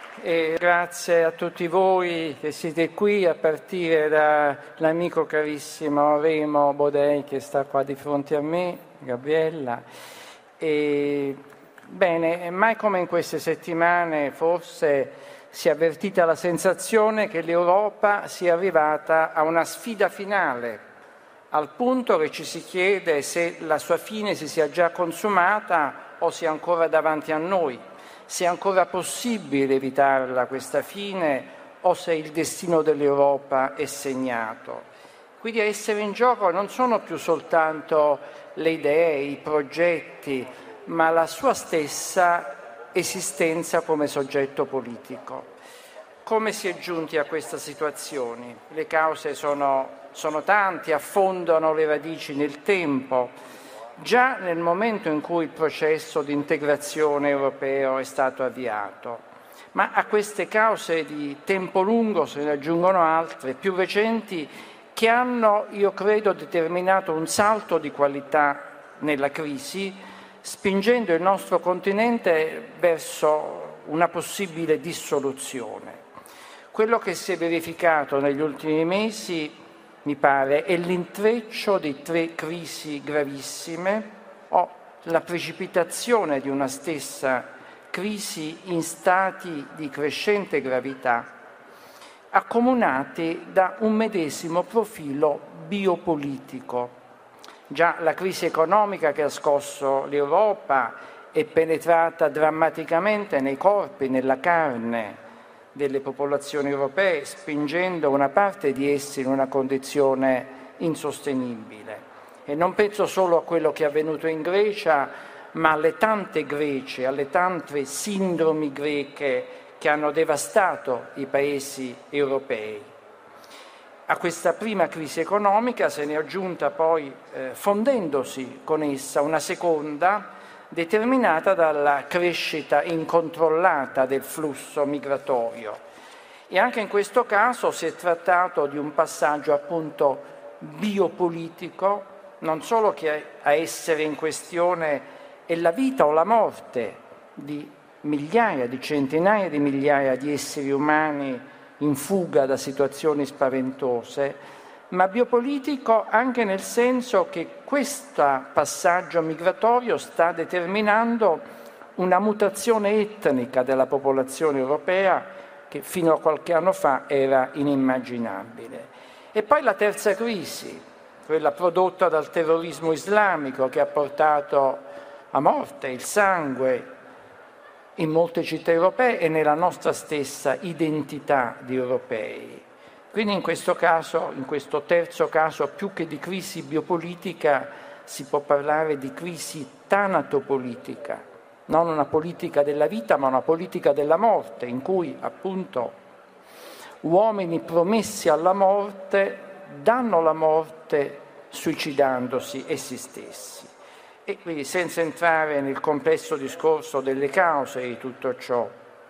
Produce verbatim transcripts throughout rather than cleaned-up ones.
E grazie a tutti voi che siete qui, a partire dall'amico carissimo Remo Bodei che sta qua di fronte a me, Gabriella. E, bene, mai come in queste settimane forse si è avvertita la sensazione che l'Europa sia arrivata a una sfida finale, al punto che ci si chiede se la sua fine si sia già consumata o sia ancora davanti a noi, se è ancora possibile evitarla questa fine o se il destino dell'Europa è segnato. Quindi a essere in gioco non sono più soltanto le idee, i progetti, ma la sua stessa esistenza come soggetto politico. Come si è giunti a questa situazione? Le cause sono, sono tante, affondano le radici nel tempo. Già nel momento in cui il processo di integrazione europeo è stato avviato. Ma a queste cause di tempo lungo se ne aggiungono altre, più recenti, che hanno, io credo, determinato un salto di qualità nella crisi, spingendo il nostro continente verso una possibile dissoluzione. Quello che si è verificato negli ultimi mesi mi pare, è l'intreccio di tre crisi gravissime o la precipitazione di una stessa crisi in stati di crescente gravità, accomunati da un medesimo profilo biopolitico. Già la crisi economica che ha scosso l'Europa è penetrata drammaticamente nei corpi, nella carne delle popolazioni europee, spingendo una parte di essi in una condizione insostenibile. E non penso solo a quello che è avvenuto in Grecia, ma alle tante Grecie, alle tante sindromi greche che hanno devastato i paesi europei. A questa prima crisi economica se ne è aggiunta poi, eh, fondendosi con essa, una seconda determinata dalla crescita incontrollata del flusso migratorio. E anche in questo caso si è trattato di un passaggio appunto biopolitico, non solo che a essere in questione è la vita o la morte di migliaia, di centinaia di migliaia di esseri umani in fuga da situazioni spaventose, ma biopolitico anche nel senso che questo passaggio migratorio sta determinando una mutazione etnica della popolazione europea che fino a qualche anno fa era inimmaginabile. E poi la terza crisi, quella prodotta dal terrorismo islamico che ha portato a morte, il sangue in molte città europee e nella nostra stessa identità di europei. Quindi in questo caso, in questo terzo caso, più che di crisi biopolitica, si può parlare di crisi tanatopolitica, non una politica della vita, ma una politica della morte, in cui appunto uomini promessi alla morte danno la morte suicidandosi essi stessi. E quindi senza entrare nel complesso discorso delle cause di tutto ciò,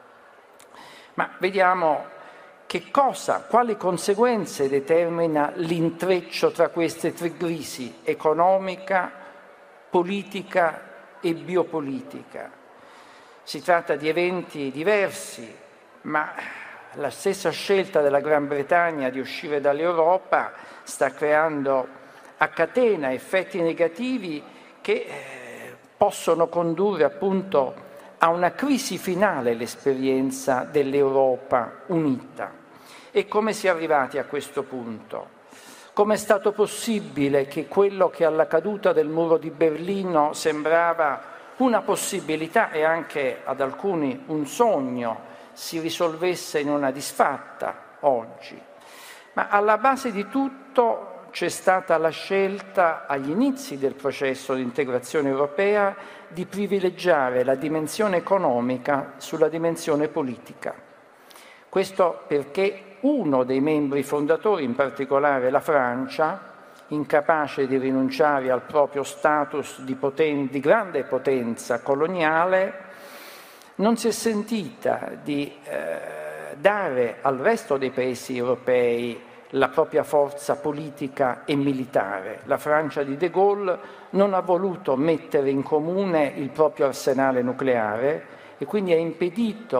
ma vediamo che cosa, quali conseguenze determina l'intreccio tra queste tre crisi, economica, politica e biopolitica. Si tratta di eventi diversi, ma la stessa scelta della Gran Bretagna di uscire dall'Europa sta creando a catena effetti negativi che eh, possono condurre appunto a una crisi finale l'esperienza dell'Europa unita. E come si è arrivati a questo punto? Come è stato possibile che quello che alla caduta del muro di Berlino sembrava una possibilità e anche ad alcuni un sogno si risolvesse in una disfatta oggi? Ma alla base di tutto c'è stata la scelta agli inizi del processo di integrazione europea di privilegiare la dimensione economica sulla dimensione politica. Questo perché uno dei membri fondatori, in particolare la Francia, incapace di rinunciare al proprio status di, poten- di grande potenza coloniale, non si è sentita di eh, dare al resto dei paesi europei la propria forza politica e militare. La Francia di De Gaulle non ha voluto mettere in comune il proprio arsenale nucleare e quindi ha impedito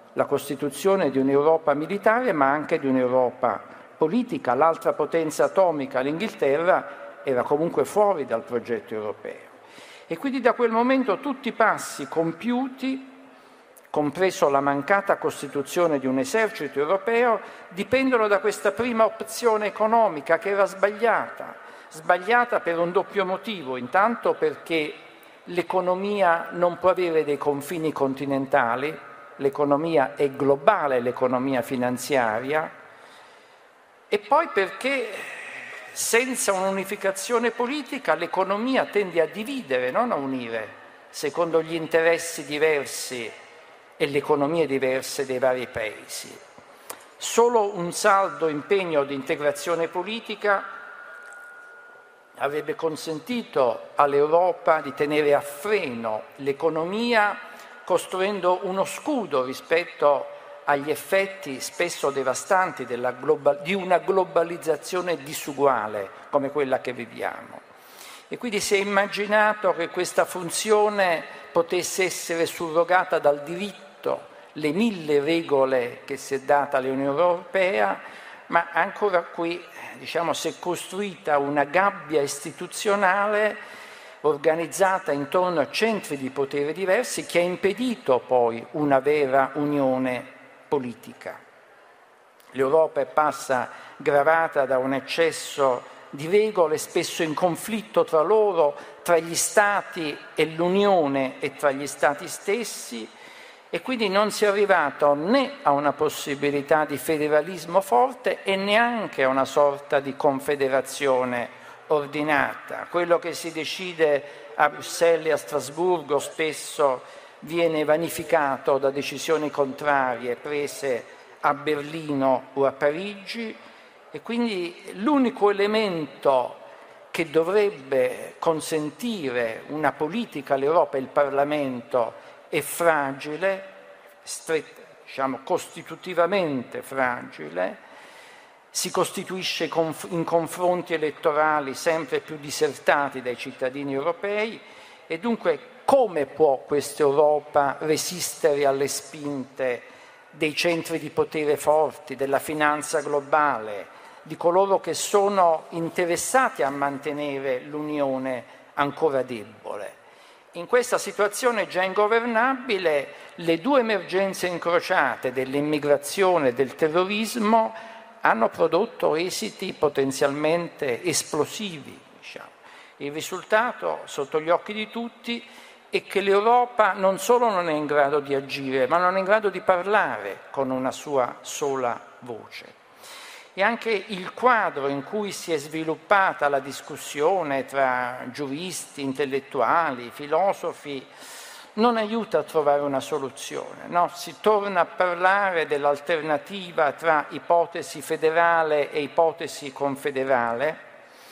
la costituzione di un'Europa militare, ma anche di un'Europa politica. L'altra potenza atomica, l'Inghilterra, era comunque fuori dal progetto europeo. E quindi da quel momento tutti i passi compiuti, compreso la mancata costituzione di un esercito europeo, dipendono da questa prima opzione economica che era sbagliata, sbagliata per un doppio motivo. Intanto perché l'economia non può avere dei confini continentali, l'economia è globale, l'economia finanziaria, e poi perché senza un'unificazione politica l'economia tende a dividere, non a unire, secondo gli interessi diversi e le economie diverse dei vari paesi. Solo un saldo impegno di integrazione politica avrebbe consentito all'Europa di tenere a freno l'economia, costruendo uno scudo rispetto agli effetti spesso devastanti della global- di una globalizzazione disuguale come quella che viviamo. E quindi si è immaginato che questa funzione potesse essere surrogata dal diritto, le mille regole che si è data all'Unione Europea, ma ancora qui, diciamo, si è costruita una gabbia istituzionale organizzata intorno a centri di potere diversi che ha impedito poi una vera unione politica. L'Europa è passa gravata da un eccesso di regole, spesso in conflitto tra loro, tra gli Stati e l'Unione e tra gli Stati stessi, e quindi non si è arrivato né a una possibilità di federalismo forte e neanche a una sorta di confederazione ordinata. Quello che si decide a Bruxelles e a Strasburgo spesso viene vanificato da decisioni contrarie prese a Berlino o a Parigi, e quindi l'unico elemento che dovrebbe consentire una politica all'Europa, il Parlamento, è fragile, stretta, diciamo costitutivamente fragile, si costituisce in confronti elettorali sempre più disertati dai cittadini europei, e dunque come può questa Europa resistere alle spinte dei centri di potere forti, della finanza globale, di coloro che sono interessati a mantenere l'Unione ancora debole? In questa situazione già ingovernabile, le due emergenze incrociate dell'immigrazione e del terrorismo hanno prodotto esiti potenzialmente esplosivi. Diciamo. Il risultato, sotto gli occhi di tutti, è che l'Europa non solo non è in grado di agire, ma non è in grado di parlare con una sua sola voce. E anche il quadro in cui si è sviluppata la discussione tra giuristi, intellettuali, filosofi, non aiuta a trovare una soluzione. No? Si torna a parlare dell'alternativa tra ipotesi federale e ipotesi confederale.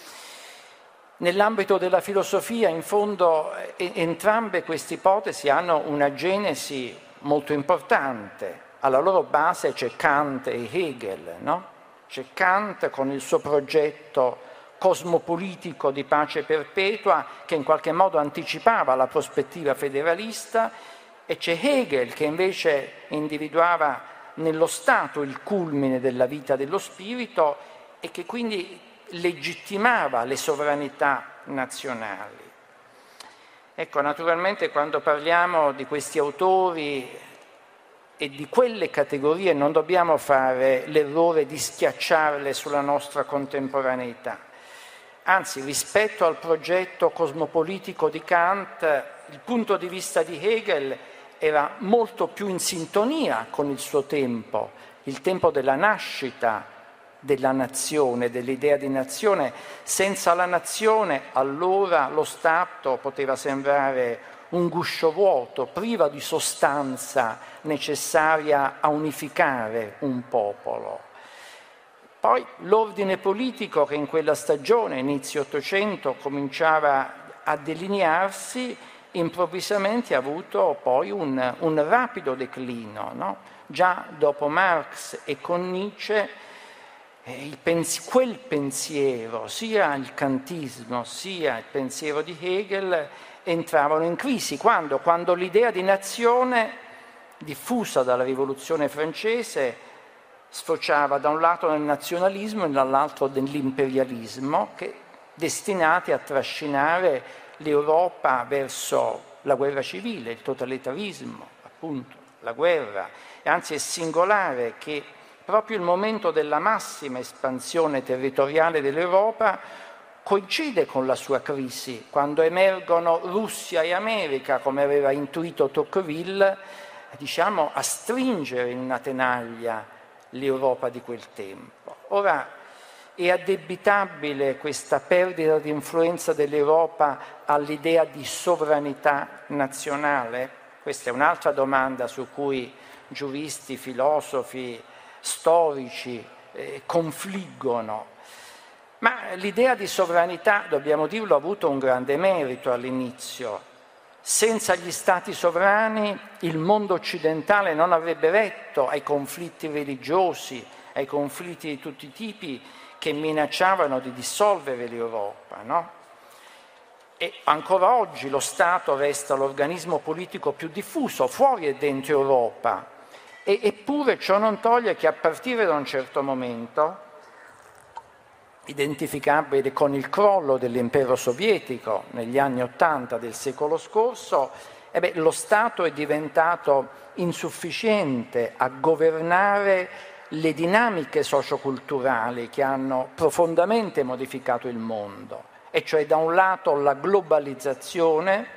Nell'ambito della filosofia, in fondo, entrambe queste ipotesi hanno una genesi molto importante. Alla loro base c'è Kant e Hegel, no? C'è Kant con il suo progetto cosmopolitico di pace perpetua che in qualche modo anticipava la prospettiva federalista, e c'è Hegel che invece individuava nello Stato il culmine della vita dello spirito e che quindi legittimava le sovranità nazionali. Ecco, naturalmente quando parliamo di questi autori e di quelle categorie non dobbiamo fare l'errore di schiacciarle sulla nostra contemporaneità. Anzi, rispetto al progetto cosmopolitico di Kant, il punto di vista di Hegel era molto più in sintonia con il suo tempo, il tempo della nascita della nazione, dell'idea di nazione. Senza la nazione, allora lo Stato poteva sembrare un guscio vuoto, priva di sostanza necessaria a unificare un popolo. Poi l'ordine politico che in quella stagione, inizio Ottocento, cominciava a delinearsi, improvvisamente ha avuto poi un, un rapido declino, no? Già dopo Marx e con Nietzsche il pensi- quel pensiero, sia il kantismo sia il pensiero di Hegel, entravano in crisi. Quando? Quando l'idea di nazione diffusa dalla Rivoluzione francese sfociava da un lato nel nazionalismo e dall'altro nell'imperialismo, che destinati a trascinare l'Europa verso la guerra civile, il totalitarismo, appunto, la guerra. E anzi è singolare che proprio il momento della massima espansione territoriale dell'Europa coincide con la sua crisi, quando emergono Russia e America, come aveva intuito Tocqueville, diciamo, a stringere in una tenaglia l'Europa di quel tempo. Ora, è addebitabile questa perdita di influenza dell'Europa all'idea di sovranità nazionale? Questa è un'altra domanda su cui giuristi, filosofi, storici eh, confliggono. Ma l'idea di sovranità, dobbiamo dirlo, ha avuto un grande merito all'inizio. Senza gli stati sovrani il mondo occidentale non avrebbe retto ai conflitti religiosi, ai conflitti di tutti i tipi che minacciavano di dissolvere l'Europa, no? E ancora oggi lo Stato resta l'organismo politico più diffuso fuori e dentro Europa, e, eppure ciò non toglie che a partire da un certo momento, identificabile con il crollo dell'impero sovietico negli anni Ottanta del secolo scorso, eh beh, lo Stato è diventato insufficiente a governare le dinamiche socioculturali che hanno profondamente modificato il mondo, e cioè da un lato la globalizzazione,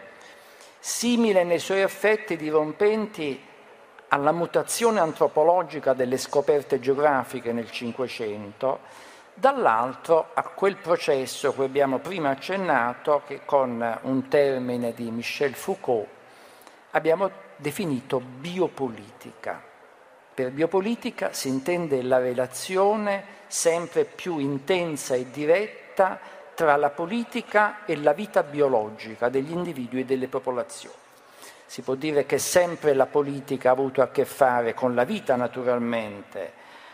simile nei suoi effetti dirompenti alla mutazione antropologica delle scoperte geografiche nel Cinquecento, dall'altro a quel processo che abbiamo prima accennato, che con un termine di Michel Foucault abbiamo definito biopolitica. Per biopolitica si intende la relazione sempre più intensa e diretta tra la politica e la vita biologica degli individui e delle popolazioni. Si può dire che sempre la politica ha avuto a che fare con la vita, naturalmente,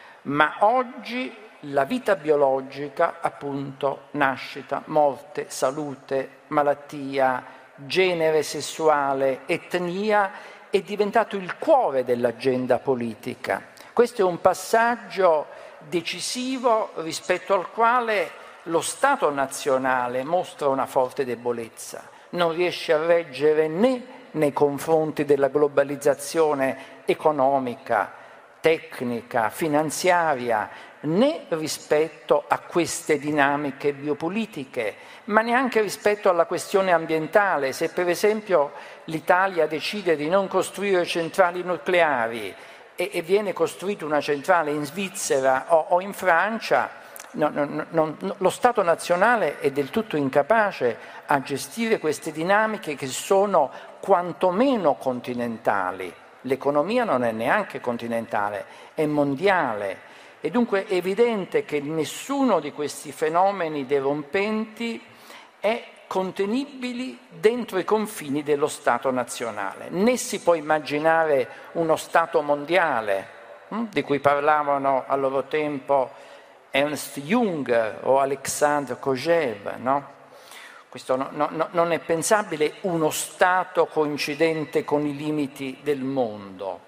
ma oggi la vita biologica, appunto, nascita, morte, salute, malattia, genere sessuale, etnia, è diventato il cuore dell'agenda politica. Questo è un passaggio decisivo rispetto al quale lo Stato nazionale mostra una forte debolezza, non riesce a reggere né nei confronti della globalizzazione economica, tecnica, finanziaria, né rispetto a queste dinamiche biopolitiche, ma neanche rispetto alla questione ambientale. Se per esempio l'Italia decide di non costruire centrali nucleari e, e viene costruita una centrale in Svizzera o, o in Francia, no, no, no, no, lo Stato nazionale è del tutto incapace a gestire queste dinamiche che sono quantomeno continentali. L'economia non è neanche continentale, è mondiale. E dunque è evidente che nessuno di questi fenomeni dirompenti è contenibile dentro i confini dello Stato nazionale. Né si può immaginare uno Stato mondiale, hm, di cui parlavano a loro tempo Ernst Jünger o Alexandre Kojève, no? Questo no, no, non è pensabile uno Stato coincidente con i limiti del mondo.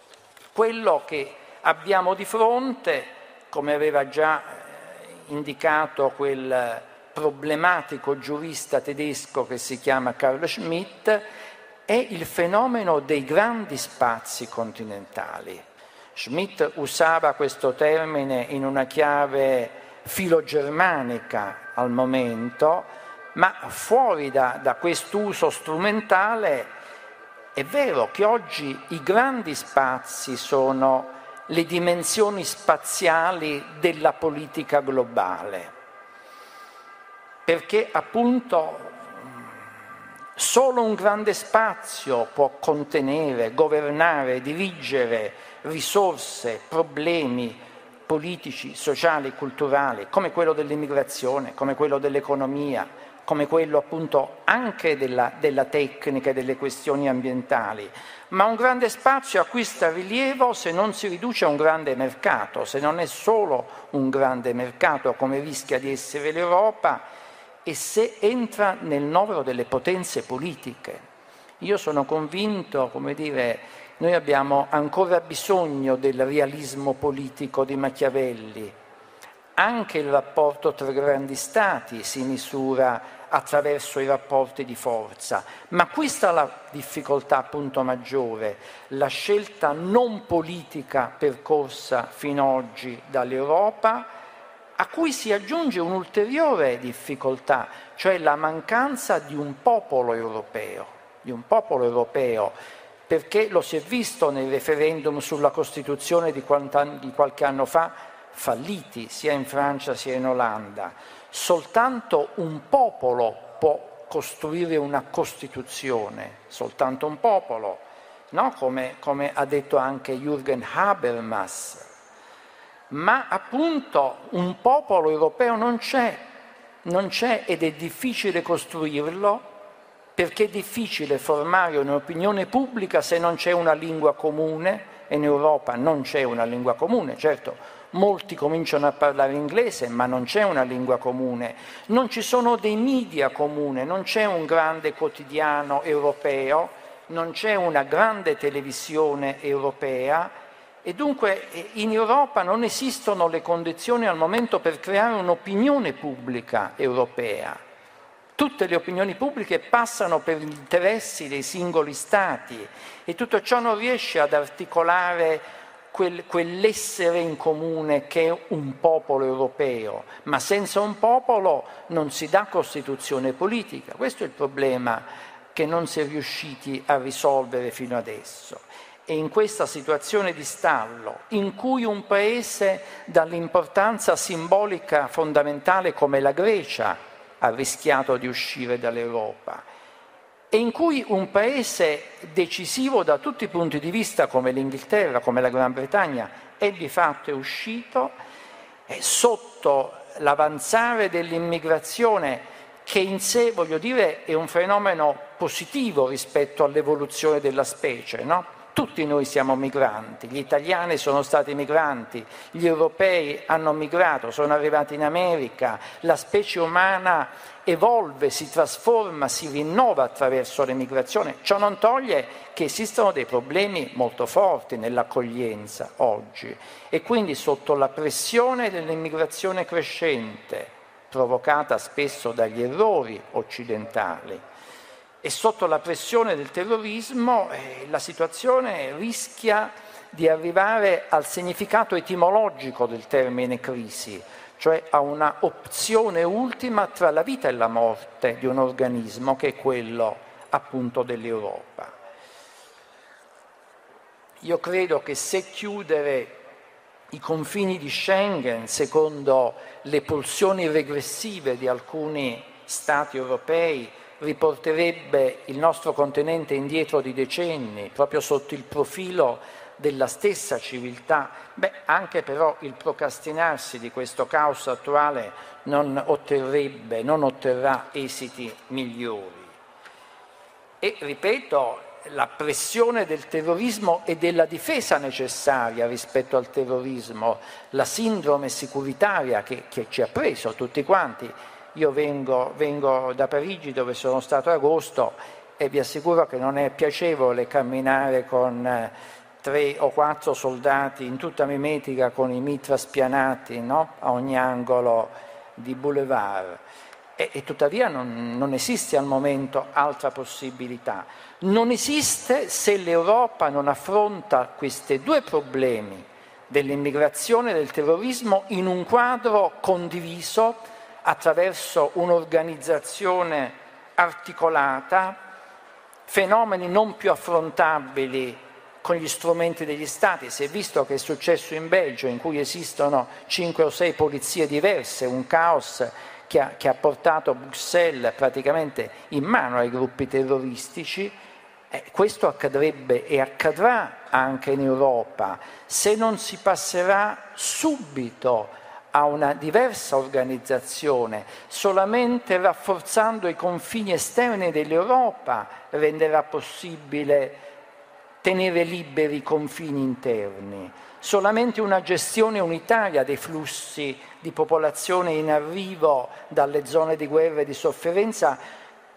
Quello che abbiamo di fronte, come aveva già indicato quel problematico giurista tedesco che si chiama Carl Schmitt, è il fenomeno dei grandi spazi continentali. Schmitt usava questo termine in una chiave filogermanica al momento, ma fuori da, da quest'uso strumentale è vero che oggi i grandi spazi sono le dimensioni spaziali della politica globale, perché appunto solo un grande spazio può contenere, governare, dirigere risorse, problemi politici, sociali, culturali, come quello dell'immigrazione, come quello dell'economia, come quello appunto anche della, della tecnica e delle questioni ambientali. Ma un grande spazio acquista rilievo se non si riduce a un grande mercato, se non è solo un grande mercato come rischia di essere l'Europa, e se entra nel novero delle potenze politiche. Io sono convinto, come dire, noi abbiamo ancora bisogno del realismo politico di Machiavelli. Anche il rapporto tra grandi stati si misura attraverso i rapporti di forza, ma qui sta la difficoltà appunto maggiore, la scelta non politica percorsa fino ad oggi dall'Europa, a cui si aggiunge un'ulteriore difficoltà, cioè la mancanza di un popolo europeo, di un popolo europeo, perché lo si è visto nei referendum sulla Costituzione di qualche anno fa, falliti sia in Francia sia in Olanda. Soltanto un popolo può costruire una Costituzione, soltanto un popolo, no? come, come ha detto anche Jürgen Habermas. Ma appunto un popolo europeo non c'è, non c'è ed è difficile costruirlo, perché è difficile formare un'opinione pubblica se non c'è una lingua comune, e in Europa non c'è una lingua comune, certo. Molti cominciano a parlare inglese, ma non c'è una lingua comune, non ci sono dei media comuni, non c'è un grande quotidiano europeo, non c'è una grande televisione europea e dunque in Europa non esistono le condizioni al momento per creare un'opinione pubblica europea. Tutte le opinioni pubbliche passano per gli interessi dei singoli stati e tutto ciò non riesce ad articolare Quel, quell'essere in comune che è un popolo europeo, ma senza un popolo non si dà costituzione politica. Questo è il problema che non si è riusciti a risolvere fino adesso. E in questa situazione di stallo, in cui un paese dall'importanza simbolica fondamentale come la Grecia ha rischiato di uscire dall'Europa, e in cui un paese decisivo da tutti i punti di vista come l'Inghilterra, come la Gran Bretagna, è di fatto è uscito, è sotto l'avanzare dell'immigrazione che in sé, voglio dire, è un fenomeno positivo rispetto all'evoluzione della specie, no? Tutti noi siamo migranti, gli italiani sono stati migranti, gli europei hanno migrato, sono arrivati in America, la specie umana evolve, si trasforma, si rinnova attraverso l'emigrazione. Ciò non toglie che esistono dei problemi molto forti nell'accoglienza oggi e quindi sotto la pressione dell'immigrazione crescente, provocata spesso dagli errori occidentali, e sotto la pressione del terrorismo eh, la situazione rischia di arrivare al significato etimologico del termine crisi, cioè a una opzione ultima tra la vita e la morte di un organismo che è quello appunto dell'Europa. Io credo che se chiudere i confini di Schengen, secondo le pulsioni regressive di alcuni Stati europei, riporterebbe il nostro continente indietro di decenni, proprio sotto il profilo della stessa civiltà, beh, anche però il procrastinarsi di questo caos attuale non otterrebbe, non otterrà esiti migliori. E, ripeto, la pressione del terrorismo e della difesa necessaria rispetto al terrorismo, la sindrome sicuritaria che, che ci ha preso tutti quanti. Io vengo, vengo da Parigi, dove sono stato a agosto, e vi assicuro che non è piacevole camminare con eh, tre o quattro soldati in tutta mimetica con i mitra spianati, no? A ogni angolo di boulevard. E, e tuttavia non, non esiste al momento altra possibilità. Non esiste se l'Europa non affronta questi due problemi dell'immigrazione e del terrorismo in un quadro condiviso attraverso un'organizzazione articolata, fenomeni non più affrontabili con gli strumenti degli Stati. Si è visto che è successo in Belgio, in cui esistono cinque o sei polizie diverse, un caos che ha, che ha portato Bruxelles praticamente in mano ai gruppi terroristici. Eh, questo accadrebbe e accadrà anche in Europa se non si passerà subito a una diversa organizzazione. Solamente rafforzando i confini esterni dell'Europa renderà possibile tenere liberi i confini interni. Solamente una gestione unitaria dei flussi di popolazione in arrivo dalle zone di guerra e di sofferenza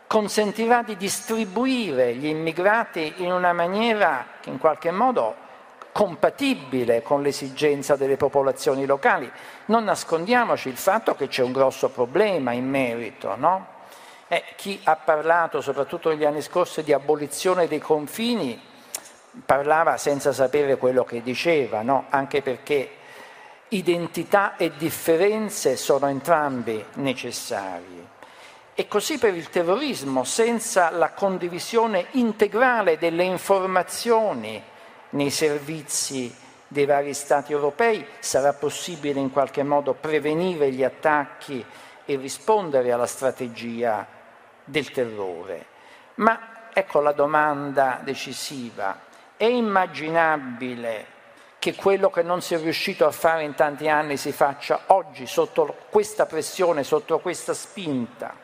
consentirà di distribuire gli immigrati in una maniera che in qualche modo compatibile con l'esigenza delle popolazioni locali. Non nascondiamoci il fatto che c'è un grosso problema in merito, no? Eh, chi ha parlato, soprattutto negli anni scorsi, di abolizione dei confini, parlava senza sapere quello che diceva, no? Anche perché identità e differenze sono entrambi necessari. E così per il terrorismo, senza la condivisione integrale delle informazioni nei servizi dei vari Stati europei, sarà possibile in qualche modo prevenire gli attacchi e rispondere alla strategia del terrore. Ma ecco la domanda decisiva: è immaginabile che quello che non si è riuscito a fare in tanti anni si faccia oggi sotto questa pressione, sotto questa spinta?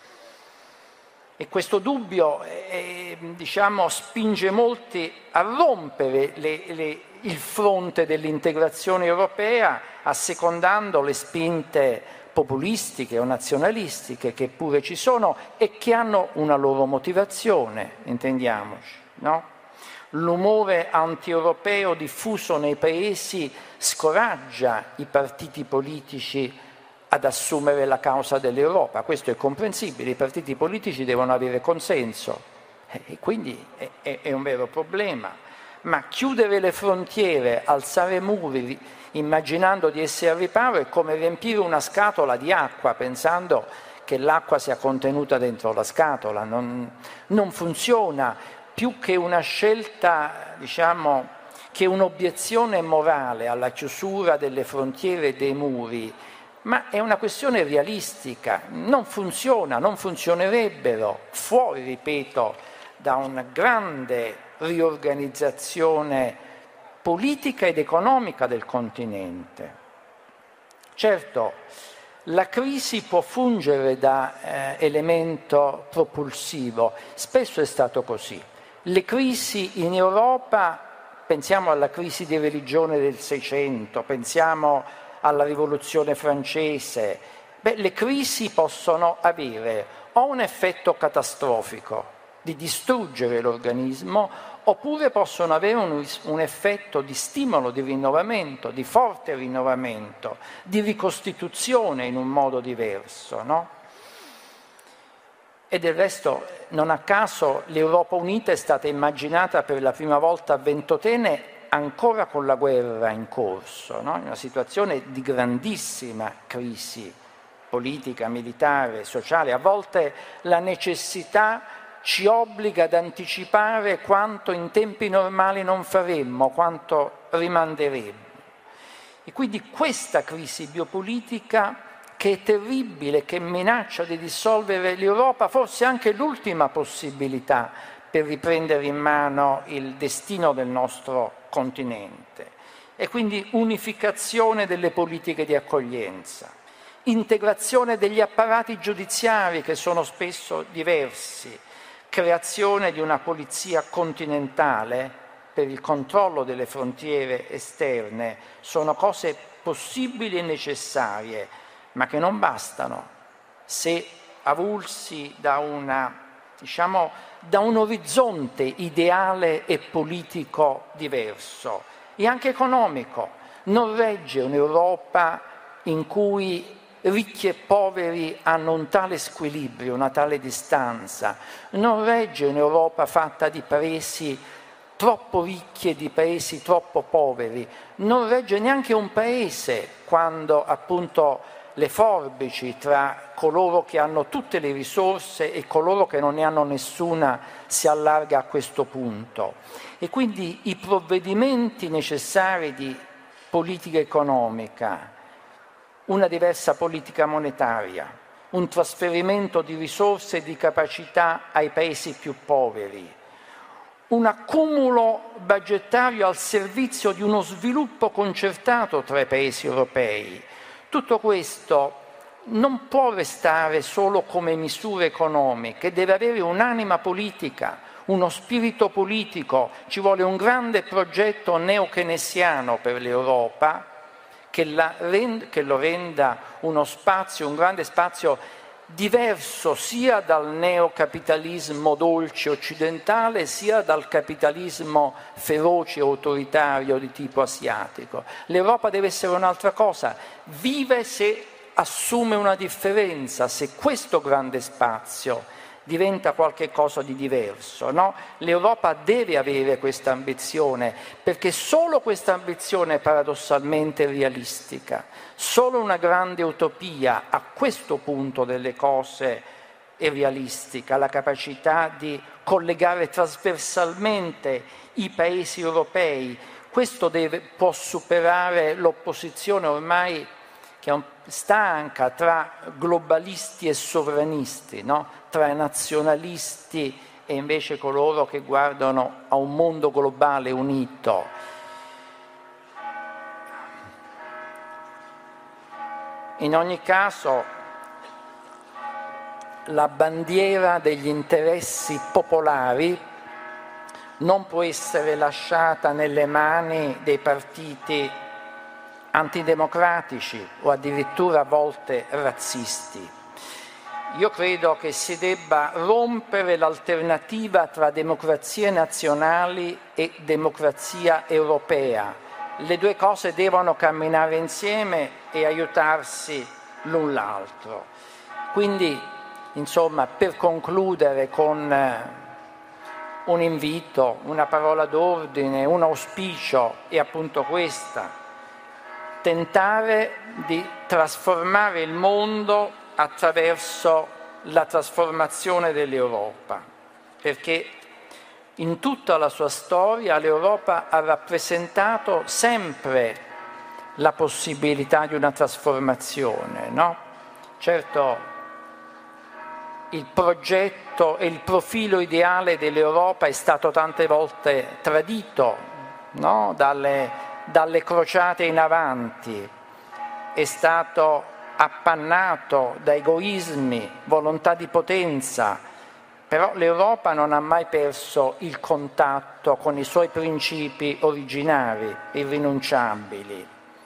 E questo dubbio eh, diciamo, spinge molti a rompere le, le, il fronte dell'integrazione europea, assecondando le spinte populistiche o nazionalistiche che pure ci sono e che hanno una loro motivazione, intendiamoci, no? L'umore anti-europeo diffuso nei paesi scoraggia i partiti politici ad assumere la causa dell'Europa. Questo è comprensibile, i partiti politici devono avere consenso e quindi è, è, è un vero problema. Ma chiudere le frontiere, alzare muri, immaginando di essere al riparo, è come riempire una scatola di acqua pensando che l'acqua sia contenuta dentro la scatola. Non, non funziona. Più che una scelta, diciamo, che un'obiezione morale alla chiusura delle frontiere e dei muri, ma è una questione realistica, non funziona, non funzionerebbero fuori, ripeto, da una grande riorganizzazione politica ed economica del continente. Certo, la crisi può fungere da eh, elemento propulsivo, spesso è stato così. Le crisi in Europa, pensiamo alla crisi di religione del Seicento, pensiamo alla rivoluzione francese, beh, le crisi possono avere o un effetto catastrofico di distruggere l'organismo, oppure possono avere un, un effetto di stimolo, di rinnovamento, di forte rinnovamento, di ricostituzione in un modo diverso, no? E del resto, non a caso, l'Europa unita è stata immaginata per la prima volta a Ventotene ancora con la guerra in corso, no? In una situazione di grandissima crisi politica, militare, sociale. A volte la necessità ci obbliga ad anticipare quanto in tempi normali non faremmo, quanto rimanderemmo. E quindi questa crisi biopolitica, che è terribile, che minaccia di dissolvere l'Europa, forse anche l'ultima possibilità per riprendere in mano il destino del nostro continente. E quindi unificazione delle politiche di accoglienza, integrazione degli apparati giudiziari che sono spesso diversi, creazione di una polizia continentale per il controllo delle frontiere esterne, sono cose possibili e necessarie, ma che non bastano se avulsi da una, diciamo, da un orizzonte ideale e politico diverso e anche economico. Non regge un'Europa in cui ricchi e poveri hanno un tale squilibrio, una tale distanza. Non regge un'Europa fatta di paesi troppo ricchi e di paesi troppo poveri. Non regge neanche un paese quando appunto le forbici tra coloro che hanno tutte le risorse e coloro che non ne hanno nessuna si allarga a questo punto. E quindi i provvedimenti necessari di politica economica, una diversa politica monetaria, un trasferimento di risorse e di capacità ai paesi più poveri, un accumulo budgetario al servizio di uno sviluppo concertato tra i paesi europei. Tutto questo non può restare solo come misure economiche, deve avere un'anima politica, uno spirito politico. Ci vuole un grande progetto neo-keynesiano per l'Europa che, la rend- che lo renda uno spazio, un grande spazio diverso sia dal neocapitalismo dolce occidentale sia dal capitalismo feroce e autoritario di tipo asiatico. L'Europa deve essere un'altra cosa, vive se assume una differenza, se questo grande spazio diventa qualche cosa di diverso, no? L'Europa deve avere questa ambizione, perché solo questa ambizione è paradossalmente realistica. Solo una grande utopia a questo punto delle cose è realistica, la capacità di collegare trasversalmente i paesi europei. Questo deve, può superare l'opposizione ormai che è un, stanca tra globalisti e sovranisti, no? Tra nazionalisti e invece coloro che guardano a un mondo globale unito. In ogni caso, la bandiera degli interessi popolari non può essere lasciata nelle mani dei partiti antidemocratici o addirittura a volte razzisti. Io credo che si debba rompere l'alternativa tra democrazie nazionali e democrazia europea. Le due cose devono camminare insieme e aiutarsi l'un l'altro. Quindi, insomma, per concludere con un invito, una parola d'ordine, un auspicio, è appunto questa: tentare di trasformare il mondo attraverso la trasformazione dell'Europa, perché in tutta la sua storia l'Europa ha rappresentato sempre la possibilità di una trasformazione, no? Certo, il progetto e il profilo ideale dell'Europa è stato tante volte tradito, no? Dalle, dalle crociate in avanti, è stato appannato da egoismi, volontà di potenza, però l'Europa non ha mai perso il contatto con i suoi principi originari, irrinunciabili.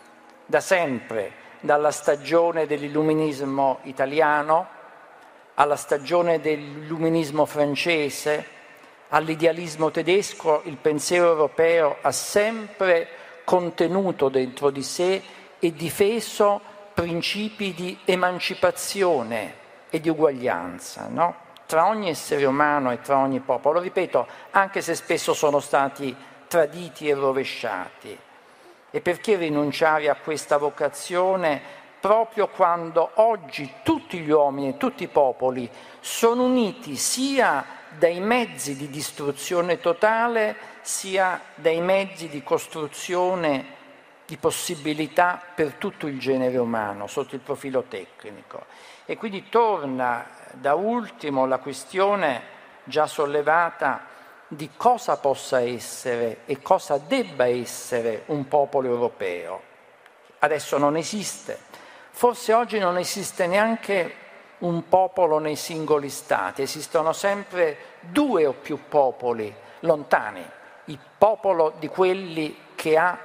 Da sempre, dalla stagione dell'illuminismo italiano alla stagione dell'illuminismo francese, all'idealismo tedesco, il pensiero europeo ha sempre contenuto dentro di sé e difeso principi di emancipazione e di uguaglianza, no? Tra ogni essere umano e tra ogni popolo, ripeto, anche se spesso sono stati traditi e rovesciati. E perché rinunciare a questa vocazione proprio quando oggi tutti gli uomini e tutti i popoli sono uniti sia dai mezzi di distruzione totale sia dai mezzi di costruzione di possibilità per tutto il genere umano sotto il profilo tecnico. E quindi torna da ultimo la questione già sollevata di cosa possa essere e cosa debba essere un popolo europeo. Adesso non esiste, forse oggi non esiste neanche un popolo nei singoli stati, esistono sempre due o più popoli lontani, il popolo di quelli che ha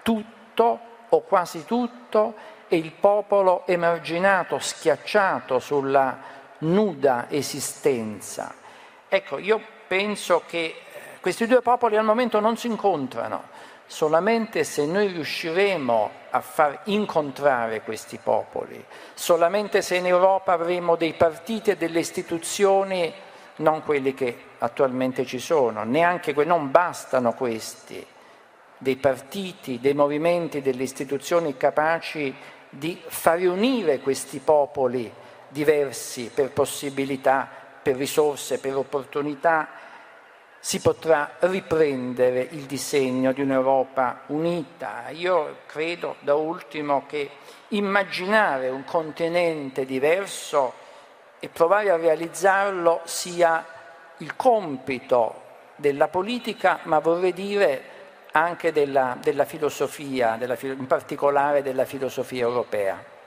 tutto o quasi tutto e il popolo emarginato, schiacciato sulla nuda esistenza. Ecco, io penso che questi due popoli al momento non si incontrano, solamente se noi riusciremo a far incontrare questi popoli, solamente se in Europa avremo dei partiti e delle istituzioni, non quelli che attualmente ci sono, neanche que- non bastano questi, dei partiti, dei movimenti, delle istituzioni capaci di far riunire questi popoli diversi per possibilità, per risorse, per opportunità, si potrà riprendere il disegno di un'Europa unita. Io credo, da ultimo, che immaginare un continente diverso e provare a realizzarlo sia il compito della politica, ma vorrei dire anche della, della filosofia, della, in particolare della filosofia europea.